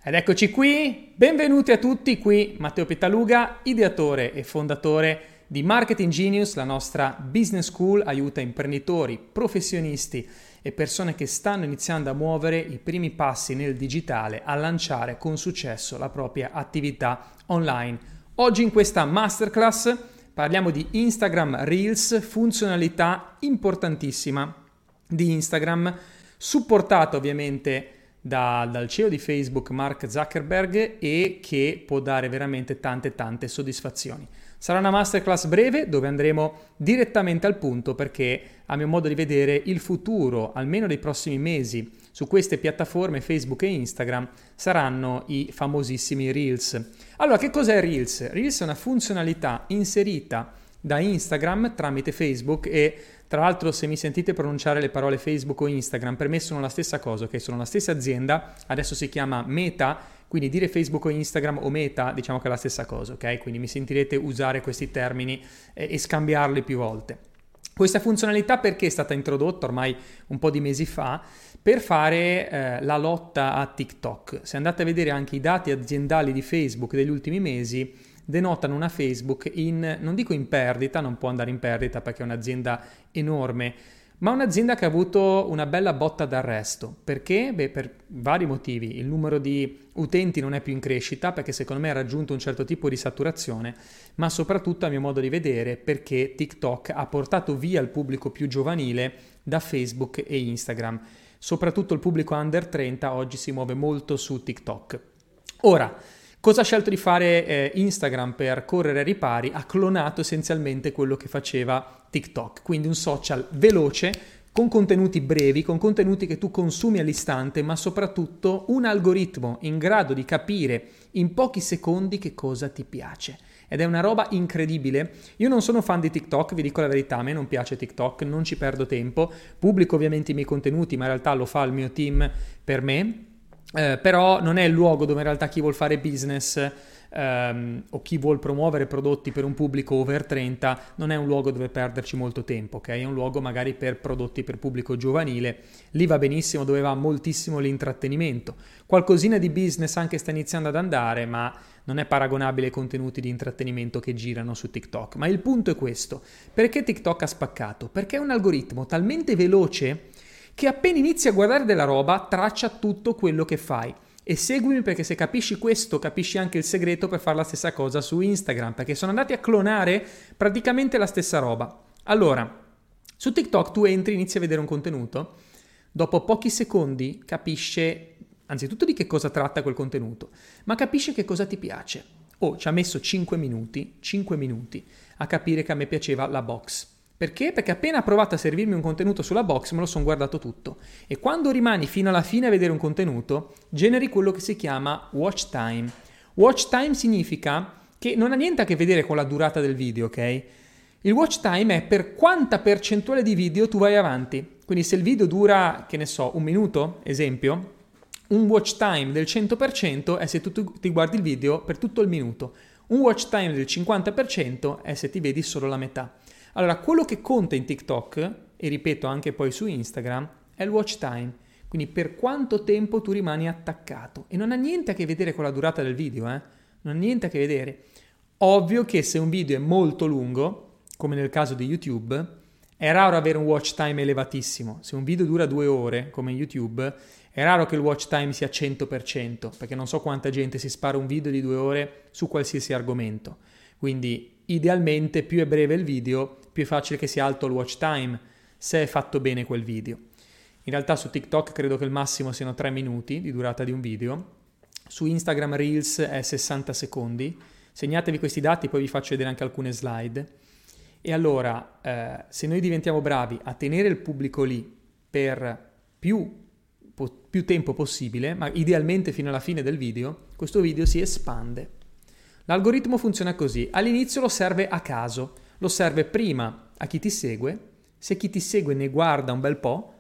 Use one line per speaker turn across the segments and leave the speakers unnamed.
Ed eccoci qui, benvenuti a tutti, qui Matteo Pittaluga, ideatore e fondatore di Marketing Genius, la nostra business school aiuta imprenditori, professionisti e persone che stanno iniziando a muovere i primi passi nel digitale a lanciare con successo la propria attività online. Oggi in questa masterclass parliamo di Instagram Reels, funzionalità importantissima di Instagram, supportata ovviamente dal CEO di Facebook Mark Zuckerberg e che può dare veramente tante soddisfazioni. Sarà una masterclass breve dove andremo direttamente al punto perché a mio modo di vedere il futuro, almeno dei prossimi mesi, su queste piattaforme Facebook e Instagram saranno i famosissimi Reels. Allora, che cos'è Reels? Reels è una funzionalità inserita da Instagram tramite Facebook e tra l'altro se mi sentite pronunciare le parole Facebook o Instagram, per me sono la stessa cosa, ok? Sono la stessa azienda, adesso si chiama Meta, quindi dire Facebook o Instagram o Meta diciamo che è la stessa cosa, ok? Quindi mi sentirete usare questi termini e scambiarli più volte. Questa funzionalità perché è stata introdotta ormai un po' di mesi fa per fare la lotta a TikTok. Se andate a vedere anche i dati aziendali di Facebook degli ultimi mesi, denotano una Facebook non dico in perdita, non può andare in perdita perché è un'azienda enorme, ma un'azienda che ha avuto una bella botta d'arresto. Perché? Beh, per vari motivi. Il numero di utenti non è più in crescita perché secondo me ha raggiunto un certo tipo di saturazione, ma soprattutto a mio modo di vedere perché TikTok ha portato via il pubblico più giovanile da Facebook e Instagram. Soprattutto il pubblico under 30 oggi si muove molto su TikTok. Ora, cosa ha scelto di fare Instagram per correre ai ripari? Ha clonato essenzialmente quello che faceva TikTok, quindi un social veloce, con contenuti brevi, con contenuti che tu consumi all'istante, ma soprattutto un algoritmo in grado di capire in pochi secondi che cosa ti piace. Ed è una roba incredibile. Io non sono fan di TikTok, vi dico la verità, a me non piace TikTok, non ci perdo tempo, pubblico ovviamente i miei contenuti, ma in realtà lo fa il mio team per me. Però non è il luogo dove in realtà chi vuol fare business o chi vuol promuovere prodotti per un pubblico over 30 non è un luogo dove perderci molto tempo, ok? È un luogo magari per prodotti per pubblico giovanile, lì va benissimo, dove va moltissimo l'intrattenimento. Qualcosina di business anche sta iniziando ad andare, ma non è paragonabile ai contenuti di intrattenimento che girano su TikTok. Ma il punto è questo: perché TikTok ha spaccato? Perché è un algoritmo talmente veloce che appena inizi a guardare della roba traccia tutto quello che fai. E seguimi perché se capisci questo capisci anche il segreto per fare la stessa cosa su Instagram, perché sono andati a clonare praticamente la stessa roba. Allora, su TikTok tu entri, inizi a vedere un contenuto, dopo pochi secondi capisce anzitutto di che cosa tratta quel contenuto, ma capisce che cosa ti piace. Ci ha messo 5 minuti a capire che a me piaceva la box. Perché? Perché appena ha provato a servirmi un contenuto sulla box me lo sono guardato tutto. E quando rimani fino alla fine a vedere un contenuto, generi quello che si chiama watch time. Watch time significa che non ha niente a che vedere con la durata del video, ok? Il watch time è per quanta percentuale di video tu vai avanti. Quindi se il video dura, che ne so, un minuto, esempio, un watch time del 100% è se tu ti guardi il video per tutto il minuto. Un watch time del 50% è se ti vedi solo la metà. Allora, quello che conta in TikTok, e ripeto anche poi su Instagram, è il watch time. Quindi per quanto tempo tu rimani attaccato. E non ha niente a che vedere con la durata del video, Non ha niente a che vedere. Ovvio che se un video è molto lungo, come nel caso di YouTube, è raro avere un watch time elevatissimo. Se un video dura 2 ore, come YouTube, è raro che il watch time sia 100%, perché non so quanta gente si spara un video di 2 ore su qualsiasi argomento. Quindi idealmente più è breve il video, più è facile che sia alto il watch time, se è fatto bene quel video. In realtà su TikTok credo che il massimo siano 3 minuti di durata di un video, su Instagram Reels è 60 secondi, segnatevi questi dati, poi vi faccio vedere anche alcune slide. E allora, se noi diventiamo bravi a tenere il pubblico lì per più tempo possibile, ma idealmente fino alla fine del video, questo video si espande. L'algoritmo funziona così: all'inizio lo serve a caso, lo serve prima a chi ti segue, se chi ti segue ne guarda un bel po',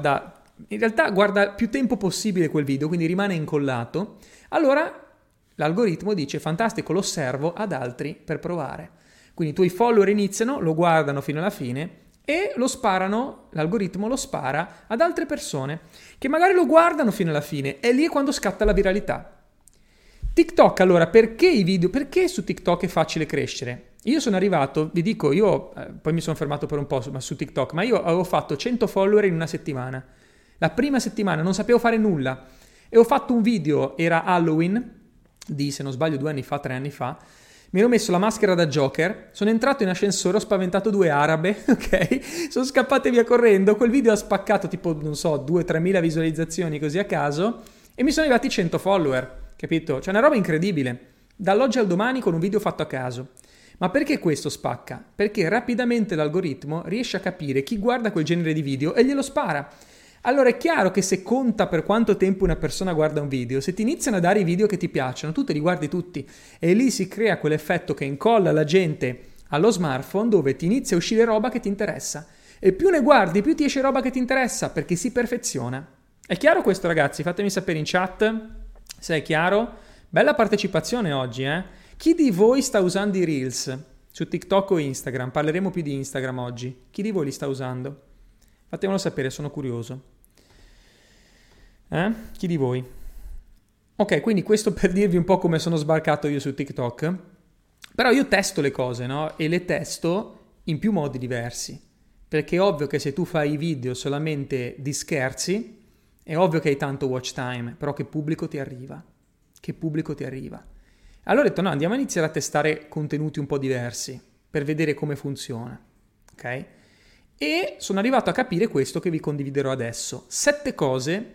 in realtà guarda più tempo possibile quel video, quindi rimane incollato, allora l'algoritmo dice fantastico, lo servo ad altri per provare. Quindi i tuoi follower iniziano, lo guardano fino alla fine e l'algoritmo lo spara ad altre persone che magari lo guardano fino alla fine e lì è quando scatta la viralità. TikTok, allora, perché i video, perché su TikTok è facile crescere? Io sono arrivato, vi dico, poi mi sono fermato per un po' su TikTok, ma io avevo fatto 100 follower in una settimana. La prima settimana non sapevo fare nulla e ho fatto un video, era Halloween, di, se non sbaglio, 2 anni fa, 3 anni fa. Mi ero messo la maschera da Joker, sono entrato in ascensore, ho spaventato 2 arabe, ok? Sono scappate via correndo, quel video ha spaccato tipo, non so, 2-3 mila visualizzazioni così a caso e mi sono arrivati 100 follower, capito? Cioè una roba incredibile, dall'oggi al domani con un video fatto a caso. Ma perché questo spacca? Perché rapidamente l'algoritmo riesce a capire chi guarda quel genere di video e glielo spara. Allora è chiaro che se conta per quanto tempo una persona guarda un video, se ti iniziano a dare i video che ti piacciono, tu te li guardi tutti e lì si crea quell'effetto che incolla la gente allo smartphone dove ti inizia a uscire roba che ti interessa e più ne guardi più ti esce roba che ti interessa perché si perfeziona. È chiaro questo, ragazzi? Fatemi sapere in chat se è chiaro. Bella partecipazione oggi, eh? Chi di voi sta usando i Reels su TikTok o Instagram? Parleremo più di Instagram oggi. Chi di voi li sta usando? Fatemelo sapere, sono curioso. Chi di voi? Ok, quindi questo per dirvi un po' come sono sbarcato io su TikTok. Però io testo le cose, no? E le testo in più modi diversi. Perché è ovvio che se tu fai i video solamente di scherzi, è ovvio che hai tanto watch time, però che pubblico ti arriva? Che pubblico ti arriva? Allora ho detto, no, andiamo a iniziare a testare contenuti un po' diversi, per vedere come funziona. Ok? E sono arrivato a capire questo che vi condividerò adesso. 7 cose,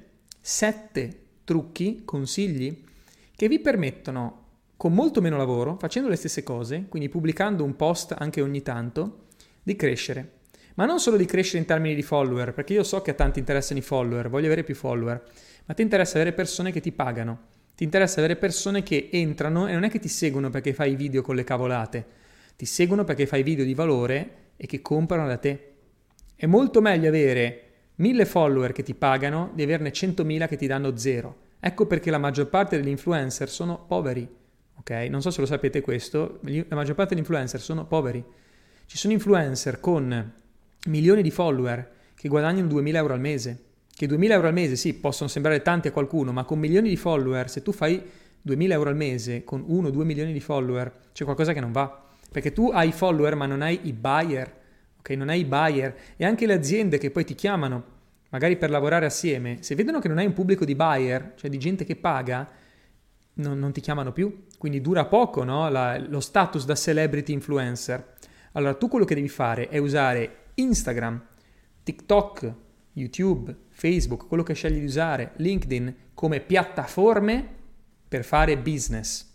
7 trucchi, consigli che vi permettono, con molto meno lavoro, facendo le stesse cose, quindi pubblicando un post anche ogni tanto, di crescere. Ma non solo di crescere in termini di follower, perché io so che a tanti interessano i follower, voglio avere più follower, ma ti interessa avere persone che ti pagano, ti interessa avere persone che entrano e non è che ti seguono perché fai i video con le cavolate, ti seguono perché fai video di valore e che comprano da te. È molto meglio avere 1000 follower che ti pagano di averne 100.000 che ti danno 0. Ecco perché la maggior parte degli influencer sono poveri, ok? Non so se lo sapete questo, la maggior parte degli influencer sono poveri. Ci sono influencer con milioni di follower che guadagnano 2.000 euro al mese, che 2.000 euro al mese sì, possono sembrare tanti a qualcuno, ma con milioni di follower, se tu fai 2.000 euro al mese con 1-2 milioni di follower, c'è qualcosa che non va, perché tu hai follower ma non hai i buyer. Okay, non hai i buyer e anche le aziende che poi ti chiamano magari per lavorare assieme, se vedono che non hai un pubblico di buyer, cioè di gente che paga, non ti chiamano più, quindi dura poco, no? Lo status da celebrity influencer. Allora tu quello che devi fare è usare Instagram, TikTok, YouTube, Facebook, quello che scegli di usare, LinkedIn come piattaforme per fare business.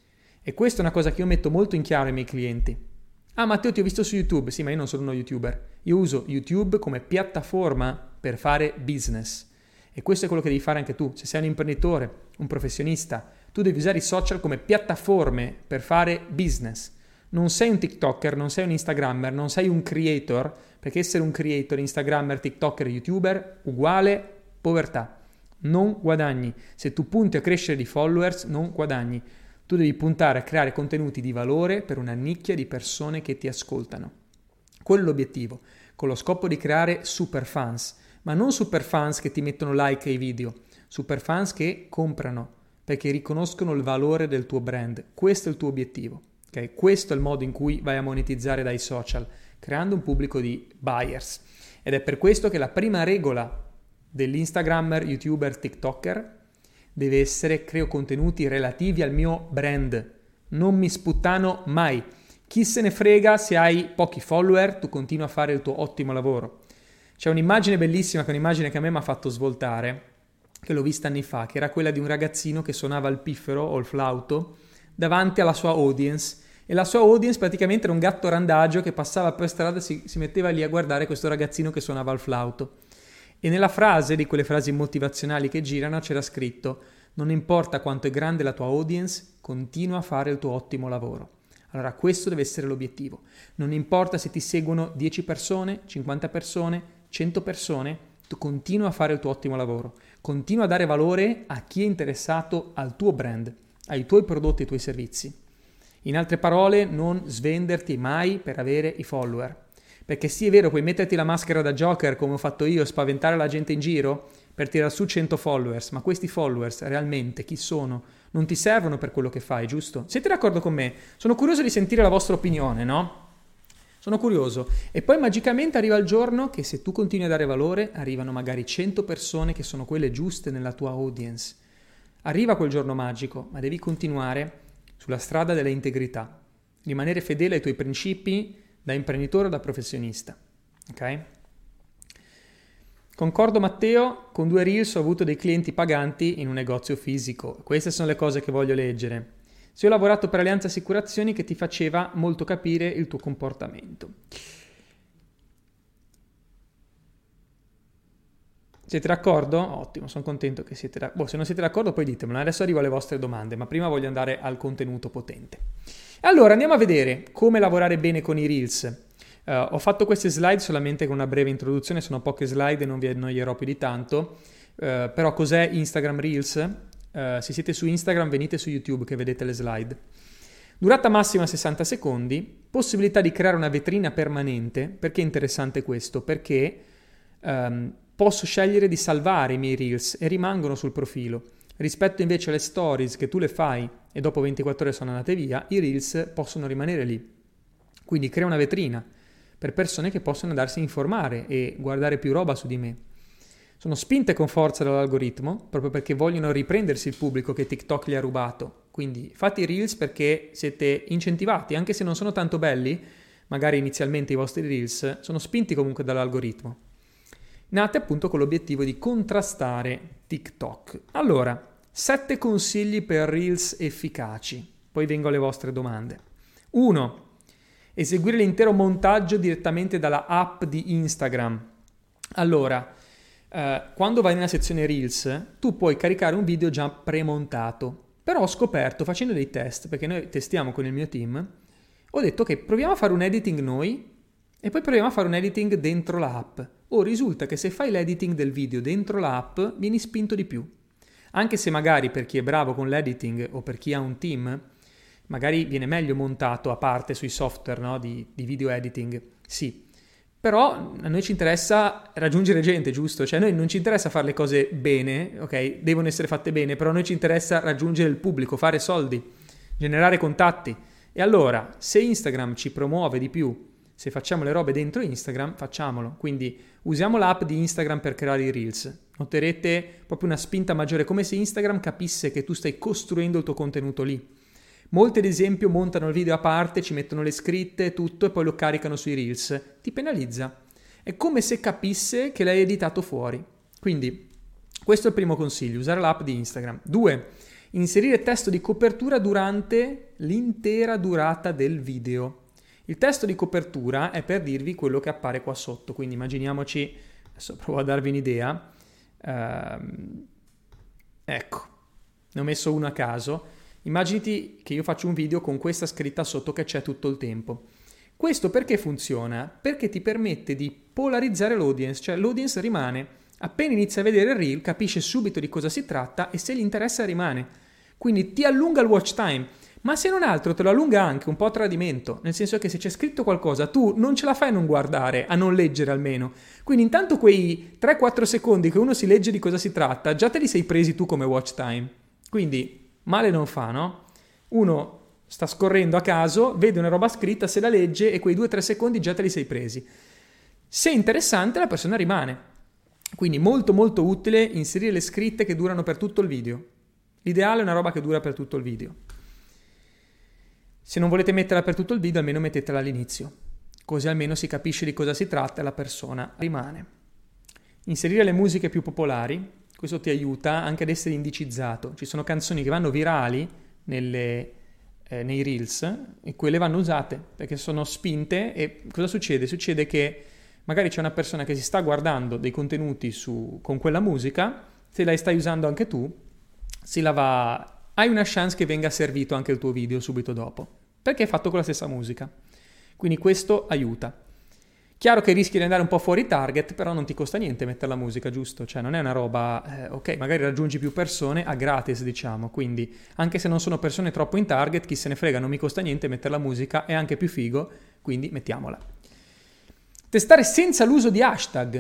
E questa è una cosa che io metto molto in chiaro ai miei clienti. Ah, Matteo, ti ho visto su YouTube. Sì, ma io non sono uno YouTuber. Io uso YouTube come piattaforma per fare business. E questo è quello che devi fare anche tu. Se sei un imprenditore, un professionista, tu devi usare i social come piattaforme per fare business. Non sei un TikToker, non sei un Instagrammer, non sei un creator, perché essere un creator, Instagrammer, TikToker, YouTuber, uguale povertà. Non guadagni. Se tu punti a crescere di followers, non guadagni. Tu devi puntare a creare contenuti di valore per una nicchia di persone che ti ascoltano. Quello è l'obiettivo, con lo scopo di creare super fans, ma non super fans che ti mettono like ai video, super fans che comprano, perché riconoscono il valore del tuo brand. Questo è il tuo obiettivo. Okay? Questo è il modo in cui vai a monetizzare dai social, creando un pubblico di buyers. Ed è per questo che la prima regola dell'Instagrammer, YouTuber, TikToker deve essere: creo contenuti relativi al mio brand, non mi sputtano mai. Chi se ne frega se hai pochi follower, tu continua a fare il tuo ottimo lavoro. C'è un'immagine bellissima, che è un'immagine che a me mi ha fatto svoltare, che l'ho vista anni fa, che era quella di un ragazzino che suonava il piffero o il flauto davanti alla sua audience, e la sua audience praticamente era un gatto randagio che passava per strada e si metteva lì a guardare questo ragazzino che suonava il flauto. E nella frase, di quelle frasi motivazionali che girano, c'era scritto: non importa quanto è grande la tua audience, continua a fare il tuo ottimo lavoro. Allora questo deve essere l'obiettivo. Non importa se ti seguono 10 persone, 50 persone, 100 persone, tu continua a fare il tuo ottimo lavoro. Continua a dare valore a chi è interessato al tuo brand, ai tuoi prodotti e ai tuoi servizi. In altre parole, non svenderti mai per avere i follower. Perché sì, è vero, puoi metterti la maschera da Joker come ho fatto io, spaventare la gente in giro, per tirare su 100 followers, ma questi followers realmente chi sono? Non ti servono per quello che fai, giusto? Siete d'accordo con me? Sono curioso di sentire la vostra opinione, no? Sono curioso. E poi magicamente arriva il giorno che se tu continui a dare valore, arrivano magari 100 persone che sono quelle giuste nella tua audience. Arriva quel giorno magico, ma devi continuare sulla strada della integrità. Rimanere fedele ai tuoi principi da imprenditore o da professionista. Ok? Concordo Matteo, con 2 Reels ho avuto dei clienti paganti in un negozio fisico. Queste sono le cose che voglio leggere. Se ho lavorato per Alleanza Assicurazioni che ti faceva molto capire il tuo comportamento. Siete d'accordo? Ottimo, sono contento che siete d'accordo. Se non siete d'accordo poi ditemelo, adesso arrivo alle vostre domande, ma prima voglio andare al contenuto potente. Allora, andiamo a vedere come lavorare bene con i Reels. Ho fatto queste slide solamente con una breve introduzione, sono poche slide e non vi annoierò più di tanto, però cos'è Instagram Reels? Se siete su Instagram venite su YouTube che vedete le slide. Durata massima 60 secondi, possibilità di creare una vetrina permanente. Perché è interessante questo? Perché posso scegliere di salvare i miei Reels e rimangono sul profilo. Rispetto invece alle stories che tu le fai e dopo 24 ore sono andate via, i Reels possono rimanere lì. Quindi crea una vetrina per persone che possono andarsi a informare e guardare più roba su di me. Sono spinte con forza dall'algoritmo, proprio perché vogliono riprendersi il pubblico che TikTok gli ha rubato. Quindi fate i Reels perché siete incentivati, anche se non sono tanto belli, magari inizialmente i vostri Reels, sono spinti comunque dall'algoritmo. Nate appunto con l'obiettivo di contrastare TikTok. Allora, 7 consigli per Reels efficaci. Poi vengo alle vostre domande. 1. Eseguire l'intero montaggio direttamente dalla app di Instagram. Allora, quando vai nella sezione Reels, tu puoi caricare un video già premontato. Però ho scoperto, facendo dei test, perché noi testiamo con il mio team, ho detto che proviamo a fare un editing noi e poi proviamo a fare un editing dentro l'app. Risulta che se fai l'editing del video dentro l'app, vieni spinto di più. Anche se magari per chi è bravo con l'editing o per chi ha un team, magari viene meglio montato a parte sui software, no? di video editing, sì. Però a noi ci interessa raggiungere gente, giusto? Cioè a noi non ci interessa fare le cose bene, ok? Devono essere fatte bene, però a noi ci interessa raggiungere il pubblico, fare soldi, generare contatti. E allora, se Instagram ci promuove di più, se facciamo le robe dentro Instagram, facciamolo. Quindi usiamo l'app di Instagram per creare i Reels. Noterete proprio una spinta maggiore, come se Instagram capisse che tu stai costruendo il tuo contenuto lì. Molti ad esempio montano il video a parte, ci mettono le scritte e tutto e poi lo caricano sui Reels. Ti penalizza. È come se capisse che l'hai editato fuori. Quindi questo è il primo consiglio, usare l'app di Instagram. 2. Inserire testo di copertura durante l'intera durata del video. Il testo di copertura è per dirvi quello che appare qua sotto, quindi immaginiamoci, adesso provo a darvi un'idea, ecco, ne ho messo uno a caso. Immaginati che io faccio un video con questa scritta sotto che c'è tutto il tempo. Questo perché funziona? Perché ti permette di polarizzare l'audience, cioè l'audience rimane, appena inizia a vedere il reel, capisce subito di cosa si tratta e se gli interessa rimane. Quindi ti allunga il watch time, ma se non altro te lo allunga anche un po' a tradimento, nel senso che se c'è scritto qualcosa tu non ce la fai a non guardare, a non leggere almeno. Quindi intanto quei 3-4 secondi che uno si legge di cosa si tratta, già te li sei presi tu come watch time. Quindi male non fa, no? Uno sta scorrendo a caso, vede una roba scritta, se la legge e quei 2-3 secondi già te li sei presi. Se è interessante la persona rimane. Quindi molto molto utile inserire le scritte che durano per tutto il video. L'ideale è una roba che dura per tutto il video. Se non volete metterla per tutto il video, almeno mettetela all'inizio. Così almeno si capisce di cosa si tratta e la persona rimane. Inserire le musiche più popolari. Questo ti aiuta anche ad essere indicizzato. Ci sono canzoni che vanno virali nei Reels e quelle vanno usate perché sono spinte e cosa succede? Succede che magari c'è una persona che si sta guardando dei contenuti con quella musica, se la stai usando anche tu, hai una chance che venga servito anche il tuo video subito dopo, perché è fatto con la stessa musica. Quindi questo aiuta. Chiaro che rischi di andare un po' fuori target, però non ti costa niente mettere la musica, giusto? Cioè non è una roba, ok, magari raggiungi più persone a gratis, diciamo, quindi anche se non sono persone troppo in target, chi se ne frega, non mi costa niente mettere la musica, è anche più figo, quindi mettiamola. Testare senza l'uso di hashtag.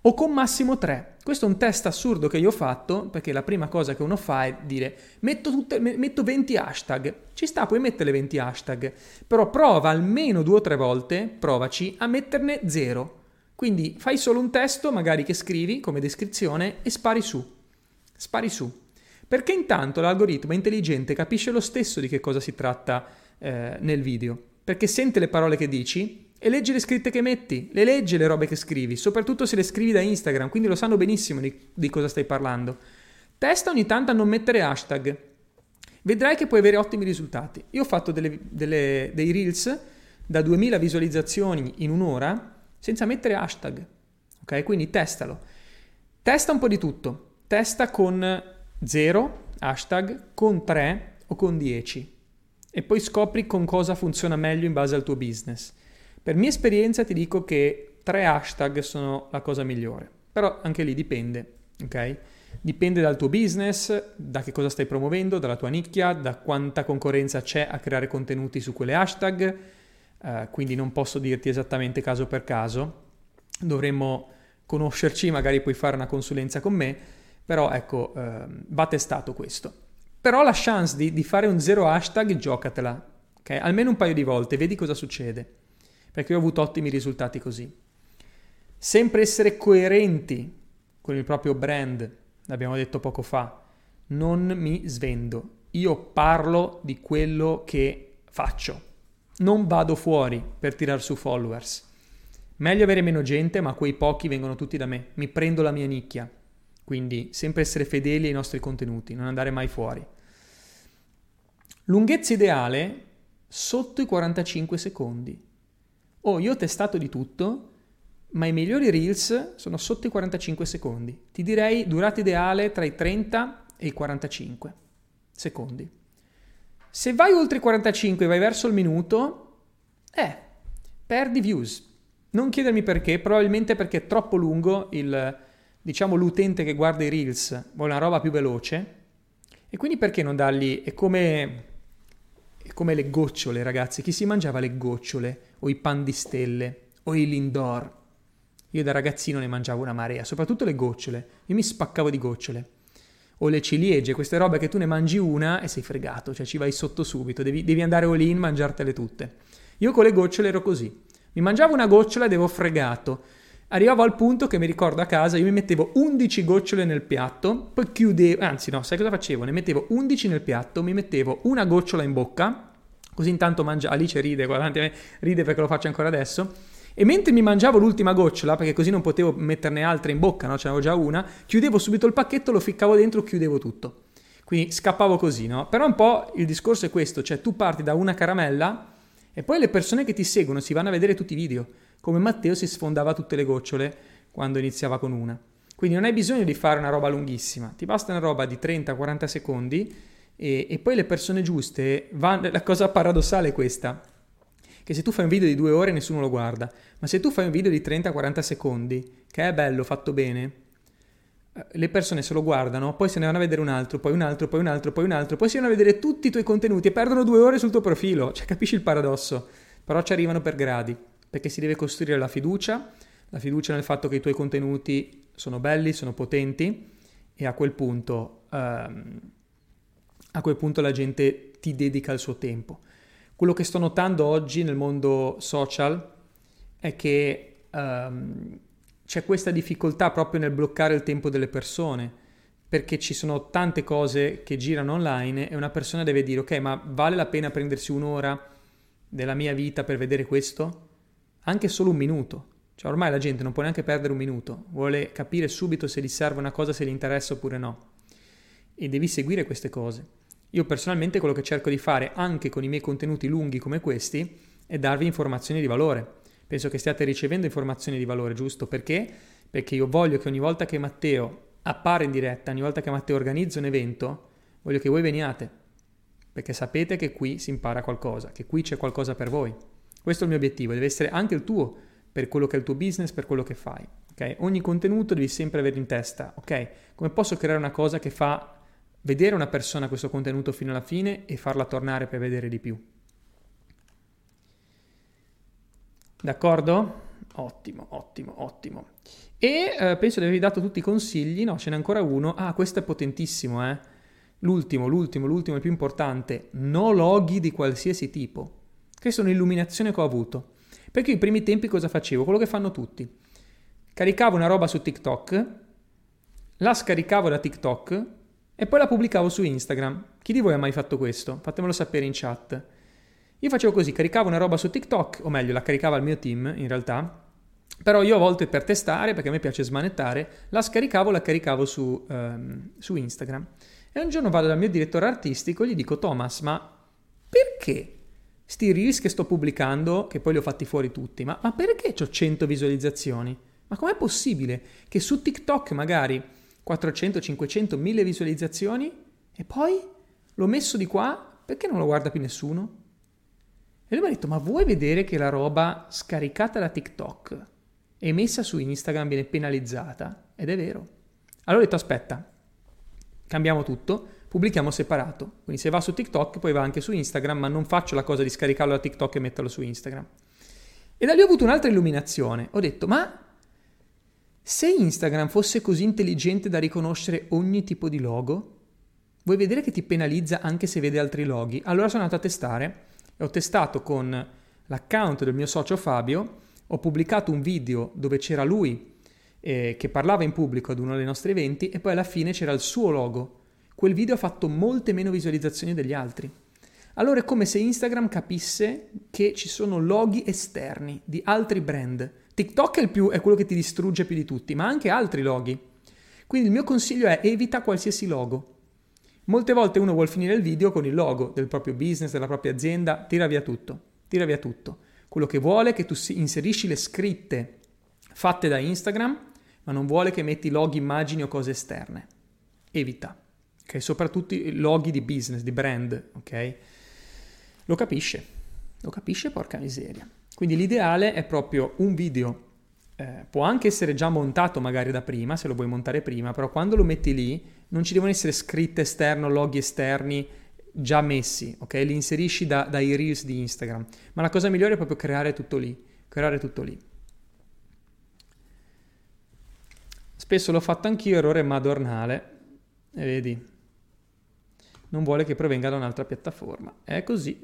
o con massimo 3. Questo è un test assurdo che io ho fatto, perché la prima cosa che uno fa è dire metto 20 hashtag. Ci sta, puoi mettere 20 hashtag, però prova almeno 2 o 3 volte, provaci a metterne 0. Quindi fai solo un testo, magari che scrivi come descrizione, e spari su. Spari su. Perché intanto l'algoritmo è intelligente, capisce lo stesso di che cosa si tratta nel video, perché sente le parole che dici e legge le scritte che metti, le legge le robe che scrivi, soprattutto se le scrivi da Instagram, quindi lo sanno benissimo di cosa stai parlando. Testa ogni tanto a non mettere hashtag, vedrai che puoi avere ottimi risultati. Io ho fatto dei reels da 2000 visualizzazioni in un'ora senza mettere hashtag, ok? Quindi testalo. Testa un po' di tutto, testa con 0 hashtag, con 3 o con 10 e poi scopri con cosa funziona meglio in base al tuo business. Per mia esperienza ti dico che 3 hashtag sono la cosa migliore, però anche lì dipende, ok? Dipende dal tuo business, da che cosa stai promuovendo, dalla tua nicchia, da quanta concorrenza c'è a creare contenuti su quelle hashtag, quindi non posso dirti esattamente caso per caso, dovremmo conoscerci, magari puoi fare una consulenza con me, però ecco, va testato questo. Però la chance di fare un 0 hashtag, giocatela, ok? Almeno un paio di volte, vedi cosa succede, perché io ho avuto ottimi risultati così. Sempre essere coerenti con il proprio brand, l'abbiamo detto poco fa, non mi svendo, io parlo di quello che faccio, non vado fuori per tirar su followers. Meglio avere meno gente, ma quei pochi vengono tutti da me, mi prendo la mia nicchia. Quindi sempre essere fedeli ai nostri contenuti, non andare mai fuori. Lunghezza ideale sotto i 45 secondi. Io ho testato di tutto, ma i migliori reels sono sotto i 45 secondi. Ti direi durata ideale tra i 30 e i 45 secondi. Se vai oltre i 45 e vai verso il minuto, perdi views. Non chiedermi perché, probabilmente perché è troppo lungo l'utente che guarda i reels vuole una roba più veloce, e quindi perché non dargli, è come le gocciole, ragazzi. Chi si mangiava le gocciole o i pan di stelle o i Lindor? Io da ragazzino ne mangiavo una marea, soprattutto le gocciole, io mi spaccavo di gocciole, o le ciliegie, queste robe che tu ne mangi una e sei fregato, cioè ci vai sotto subito, devi andare all in, mangiartele tutte. Io con le gocciole ero così, mi mangiavo una gocciola ed ero fregato. Arrivavo al punto che mi ricordo a casa, io mi mettevo 11 gocciole nel piatto, poi chiudevo, anzi no, sai cosa facevo? Ne mettevo 11 nel piatto, mi mettevo una gocciola in bocca, così intanto Alice ride, qua davanti a me, ride perché lo faccio ancora adesso, e mentre mi mangiavo l'ultima gocciola, perché così non potevo metterne altre in bocca, no? Ce n'avevo già una, chiudevo subito il pacchetto, lo ficcavo dentro, chiudevo tutto. Quindi scappavo così, no? Però un po' il discorso è questo, cioè tu parti da una caramella e poi le persone che ti seguono si vanno a vedere tutti i video, come Matteo si sfondava tutte le gocciole quando iniziava con una. Quindi non hai bisogno di fare una roba lunghissima, ti basta una roba di 30-40 secondi e poi le persone giuste vanno. La cosa paradossale è questa, che se tu fai un video di 2 ore nessuno lo guarda, ma se tu fai un video di 30-40 secondi, che è bello, fatto bene, le persone se lo guardano, poi se ne vanno a vedere un altro, poi un altro, poi un altro, poi un altro, poi si vanno a vedere tutti i tuoi contenuti e perdono 2 ore sul tuo profilo, cioè capisci il paradosso? Però ci arrivano per gradi, perché si deve costruire la fiducia nel fatto che i tuoi contenuti sono belli, sono potenti, e a quel punto la gente ti dedica il suo tempo. Quello che sto notando oggi nel mondo social è che c'è questa difficoltà proprio nel bloccare il tempo delle persone, perché ci sono tante cose che girano online e una persona deve dire: ok, ma vale la pena prendersi un'ora della mia vita per vedere questo? Anche solo un minuto. Cioè ormai la gente non può neanche perdere un minuto, vuole capire subito se gli serve una cosa, se gli interessa oppure no, e devi seguire queste cose. Io personalmente quello che cerco di fare anche con i miei contenuti lunghi come questi è darvi informazioni di valore. Penso che stiate ricevendo informazioni di valore, giusto? Perché? Perché io voglio che ogni volta che Matteo appare in diretta, ogni volta che Matteo organizza un evento, voglio che voi veniate, perché sapete che qui si impara qualcosa, che qui c'è qualcosa per voi. Questo è il mio obiettivo, deve essere anche il tuo, per quello che è il tuo business, per quello che fai. Okay? Ogni contenuto devi sempre avere in testa, ok? Come posso creare una cosa che fa vedere una persona questo contenuto fino alla fine e farla tornare per vedere di più? D'accordo? Ottimo, ottimo, ottimo. E penso di avervi dato tutti i consigli. No, ce n'è ancora uno. Ah, questo è potentissimo, eh. L'ultimo, il più importante. No loghi di qualsiasi tipo. Questa è un'illuminazione che ho avuto. Perché io i primi tempi cosa facevo? Quello che fanno tutti. Caricavo una roba su TikTok, la scaricavo da TikTok e poi la pubblicavo su Instagram. Chi di voi ha mai fatto questo? Fatemelo sapere in chat. Io facevo così, caricavo una roba su TikTok, o meglio, la caricava il mio team in realtà, però io a volte per testare, perché a me piace smanettare, la caricavo su Instagram. E un giorno vado dal mio direttore artistico e gli dico: Thomas, ma perché sti reels che sto pubblicando, che poi li ho fatti fuori tutti, ma perché ho 100 visualizzazioni? Ma com'è possibile che su TikTok magari 400, 500, 1000 visualizzazioni e poi l'ho messo di qua, perché non lo guarda più nessuno? E lui mi ha detto: ma vuoi vedere che la roba scaricata da TikTok e messa su Instagram viene penalizzata? Ed è vero. Allora ho detto: aspetta, cambiamo tutto, pubblichiamo separato. Quindi se va su TikTok poi va anche su Instagram, ma non faccio la cosa di scaricarlo da TikTok e metterlo su Instagram. E da lì ho avuto un'altra illuminazione. Ho detto: ma se Instagram fosse così intelligente da riconoscere ogni tipo di logo, vuoi vedere che ti penalizza anche se vede altri loghi? Allora sono andato a testare e ho testato con l'account del mio socio Fabio, ho pubblicato un video dove c'era lui che parlava in pubblico ad uno dei nostri eventi e poi alla fine c'era il suo logo. Quel video ha fatto molte meno visualizzazioni degli altri. Allora è come se Instagram capisse che ci sono loghi esterni di altri brand. TikTok è quello che ti distrugge più di tutti, ma anche altri loghi. Quindi il mio consiglio è: evita qualsiasi logo. Molte volte uno vuol finire il video con il logo del proprio business, della propria azienda, tira via tutto. Quello che vuole è che tu inserisci le scritte fatte da Instagram, ma non vuole che metti loghi, immagini o cose esterne. Evita. Ok? Soprattutto i loghi di business, di brand, ok? Lo capisce, porca miseria. Quindi l'ideale è proprio un video, può anche essere già montato magari da prima, se lo vuoi montare prima, però quando lo metti lì non ci devono essere scritte esterno, loghi esterni già messi, ok? Li inserisci dai reels di Instagram, ma la cosa migliore è proprio creare tutto lì. Spesso l'ho fatto anch'io, errore madornale, e vedi, non vuole che provenga da un'altra piattaforma. È così.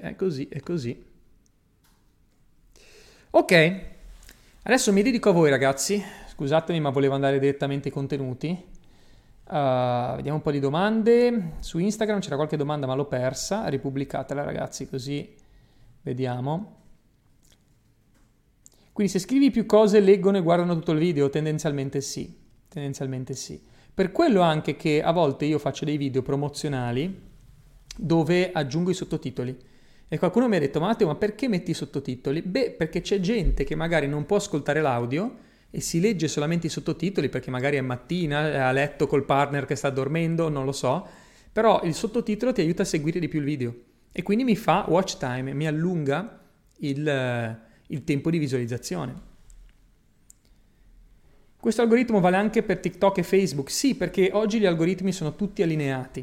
Ok, adesso mi dedico a voi ragazzi, scusatemi ma volevo andare direttamente ai contenuti. Vediamo un po' di domande. Su Instagram c'era qualche domanda ma l'ho persa, ripubblicatela ragazzi così vediamo. Quindi se scrivi più cose leggono e guardano tutto il video? Tendenzialmente sì. Per quello anche che a volte io faccio dei video promozionali dove aggiungo i sottotitoli. E qualcuno mi ha detto: Matteo, ma perché metti i sottotitoli? Beh, perché c'è gente che magari non può ascoltare l'audio e si legge solamente i sottotitoli perché magari è mattina, è a letto col partner che sta dormendo, non lo so. Però il sottotitolo ti aiuta a seguire di più il video e quindi mi fa watch time, mi allunga il tempo di visualizzazione. Questo algoritmo vale anche per TikTok e Facebook? Sì, perché oggi gli algoritmi sono tutti allineati.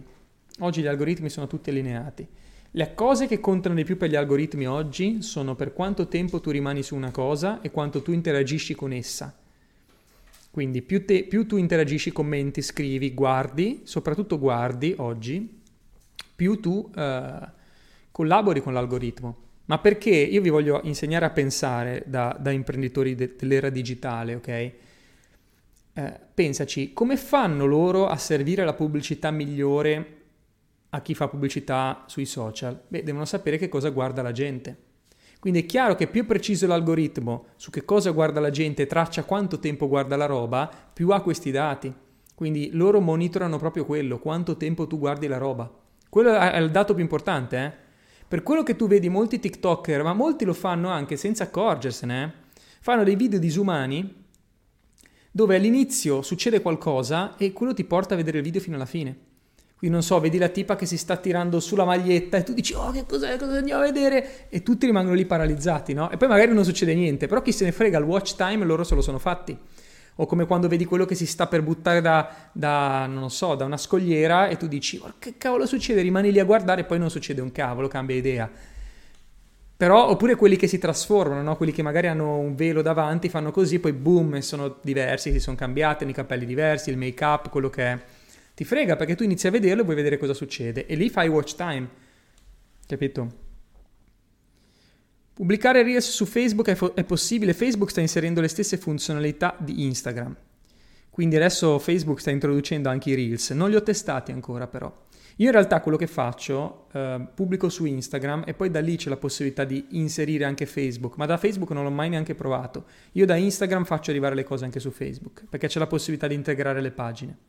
Le cose che contano di più per gli algoritmi oggi sono per quanto tempo tu rimani su una cosa e quanto tu interagisci con essa. Quindi più tu interagisci, commenti, scrivi, guardi, soprattutto guardi oggi, più tu collabori con l'algoritmo. Ma perché io vi voglio insegnare a pensare da imprenditori dell'era digitale, ok? Pensaci, come fanno loro a servire la pubblicità migliore a chi fa pubblicità sui social? Beh, devono sapere che cosa guarda la gente. Quindi è chiaro che più preciso è l'algoritmo su che cosa guarda la gente e traccia quanto tempo guarda la roba, più ha questi dati. Quindi loro monitorano proprio quello, quanto tempo tu guardi la roba. Quello è il dato più importante, eh? Per quello che tu vedi molti TikToker, ma molti lo fanno anche senza accorgersene, fanno dei video disumani dove all'inizio succede qualcosa e quello ti porta a vedere il video fino alla fine. Quindi non so, vedi la tipa che si sta tirando sulla maglietta e tu dici: oh, che cos'è, cosa andiamo a vedere? E tutti rimangono lì paralizzati, no? E poi magari non succede niente, però chi se ne frega, il watch time loro se lo sono fatti. O come quando vedi quello che si sta per buttare non lo so, da una scogliera e tu dici: oh, che cavolo succede? Rimani lì a guardare e poi non succede un cavolo, cambia idea. Però, oppure quelli che si trasformano, no? Quelli che magari hanno un velo davanti, fanno così, poi boom, e sono diversi, si sono cambiati, hanno i capelli diversi, il make-up, quello che è. Ti frega perché tu inizi a vederlo e vuoi vedere cosa succede. E lì fai watch time, capito? Pubblicare Reels su Facebook è possibile. Facebook sta inserendo le stesse funzionalità di Instagram. Quindi adesso Facebook sta introducendo anche i Reels. Non li ho testati ancora però. Io in realtà quello che faccio, pubblico su Instagram e poi da lì c'è la possibilità di inserire anche Facebook, ma da Facebook non l'ho mai neanche provato. Io da Instagram faccio arrivare le cose anche su Facebook, perché c'è la possibilità di integrare le pagine.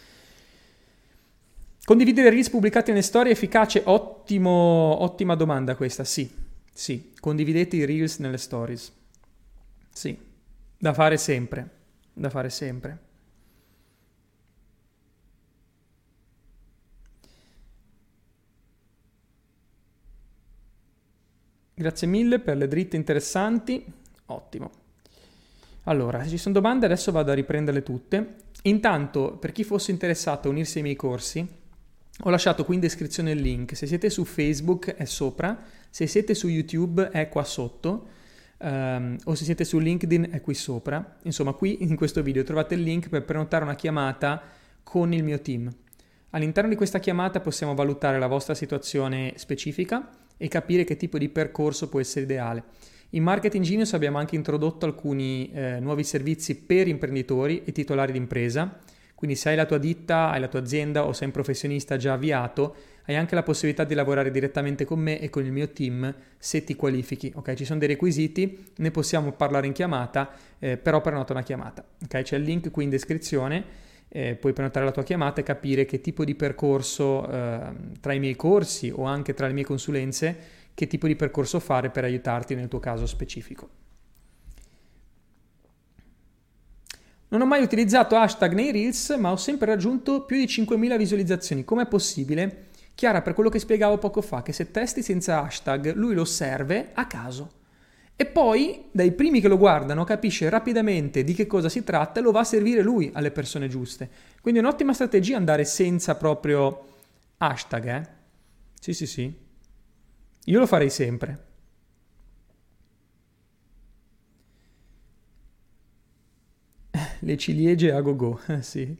Condividere Reels pubblicati nelle storie è efficace? Ottima domanda questa, sì. Sì, condividete i Reels nelle stories. Sì, da fare sempre, da fare sempre. Grazie mille per le dritte interessanti. Ottimo. Allora, se ci sono domande adesso vado a riprenderle tutte. Intanto, per chi fosse interessato a unirsi ai miei corsi, ho lasciato qui in descrizione il link. Se siete su Facebook è sopra, se siete su YouTube è qua sotto, o se siete su LinkedIn è qui sopra. Insomma, qui in questo video trovate il link per prenotare una chiamata con il mio team. All'interno di questa chiamata possiamo valutare la vostra situazione specifica e capire che tipo di percorso può essere ideale. In Marketing Genius abbiamo anche introdotto alcuni nuovi servizi per imprenditori e titolari di impresa. Quindi se hai la tua ditta, hai la tua azienda o sei un professionista già avviato, hai anche la possibilità di lavorare direttamente con me e con il mio team se ti qualifichi. Ok, ci sono dei requisiti, ne possiamo parlare in chiamata, però prenota una chiamata. Ok, c'è il link qui in descrizione. Puoi prenotare la tua chiamata e capire che tipo di percorso tra i miei corsi o anche tra le mie consulenze, che tipo di percorso fare per aiutarti nel tuo caso specifico. Non ho mai utilizzato hashtag nei Reels, ma ho sempre raggiunto più di 5.000 visualizzazioni. Com'è possibile? Chiara, per quello che spiegavo poco fa, che se testi senza hashtag, lui lo serve a caso. E poi, dai primi che lo guardano, capisce rapidamente di che cosa si tratta e lo va a servire lui alle persone giuste. Quindi è un'ottima strategia andare senza proprio hashtag, Sì, sì, sì. Io lo farei sempre. Le ciliegie a go-go, sì.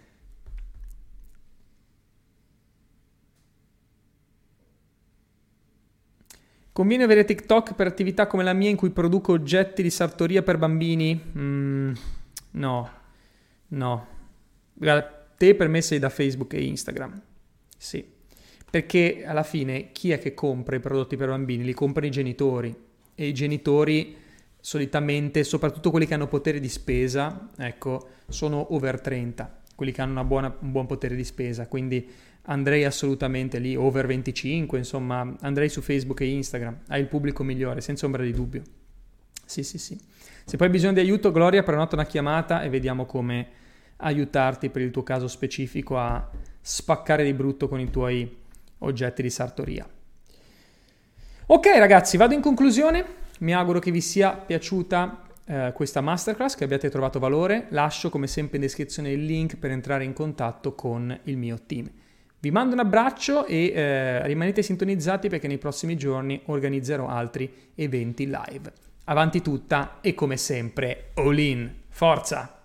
Conviene avere TikTok per attività come la mia in cui produco oggetti di sartoria per bambini? No, no. Guarda, te per me sei da Facebook e Instagram. Sì, perché alla fine chi è che compra i prodotti per bambini? Li comprano i genitori e i genitori solitamente, soprattutto quelli che hanno potere di spesa, ecco, sono over 30, quelli che hanno un buon potere di spesa, quindi andrei assolutamente lì, over 25, insomma, andrei su Facebook e Instagram, hai il pubblico migliore, senza ombra di dubbio. Sì, sì, sì. Se poi hai bisogno di aiuto, Gloria, prenota una chiamata e vediamo come aiutarti per il tuo caso specifico a spaccare di brutto con i tuoi oggetti di sartoria. Ok ragazzi, vado in conclusione. Mi auguro che vi sia piaciuta questa masterclass, che abbiate trovato valore. Lascio come sempre in descrizione il link per entrare in contatto con il mio team. Vi mando un abbraccio e rimanete sintonizzati perché nei prossimi giorni organizzerò altri eventi live. Avanti tutta e come sempre, all in, forza!